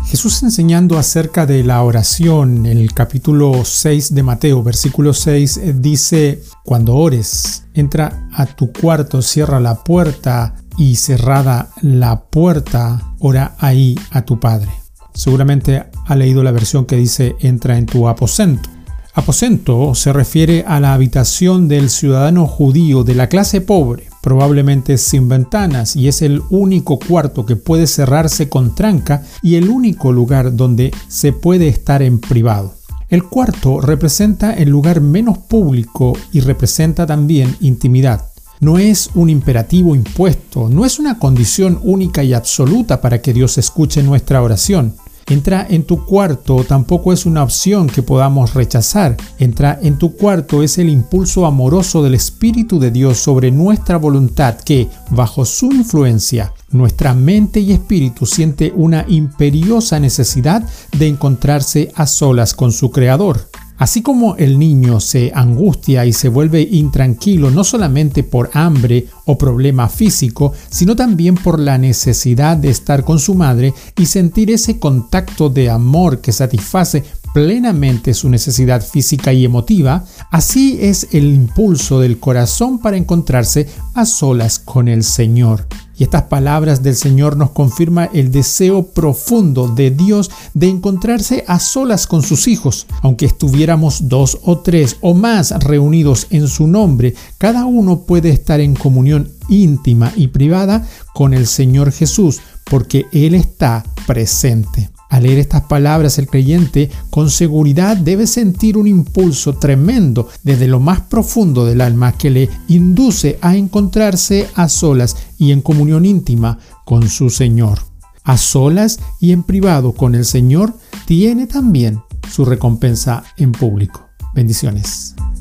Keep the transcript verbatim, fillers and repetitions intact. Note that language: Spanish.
Jesús, enseñando acerca de la oración, en el capítulo seis de Mateo, versículo seis, dice: cuando ores, entra a tu cuarto, cierra la puerta y cerrada la puerta, ora ahí a tu Padre. Seguramente ha leído la versión que dice: entra en tu aposento. Aposento se refiere a la habitación del ciudadano judío de la clase pobre, probablemente sin ventanas, y es el único cuarto que puede cerrarse con tranca y el único lugar donde se puede estar en privado. El cuarto representa el lugar menos público y representa también intimidad. No es un imperativo impuesto, no es una condición única y absoluta para que Dios escuche nuestra oración. Entra en tu cuarto tampoco es una opción que podamos rechazar. Entra en tu cuarto es el impulso amoroso del Espíritu de Dios sobre nuestra voluntad que, bajo su influencia, nuestra mente y espíritu siente una imperiosa necesidad de encontrarse a solas con su Creador. Así como el niño se angustia y se vuelve intranquilo no solamente por hambre o problema físico, sino también por la necesidad de estar con su madre y sentir ese contacto de amor que satisface plenamente su necesidad física y emotiva, así es el impulso del corazón para encontrarse a solas con el Señor. Y estas palabras del Señor nos confirman el deseo profundo de Dios de encontrarse a solas con sus hijos. Aunque estuviéramos dos o tres o más reunidos en su nombre, cada uno puede estar en comunión íntima y privada con el Señor Jesús, porque Él está presente. Al leer estas palabras, el creyente con seguridad debe sentir un impulso tremendo desde lo más profundo del alma que le induce a encontrarse a solas y en comunión íntima con su Señor. A solas y en privado con el Señor tiene también su recompensa en público. Bendiciones.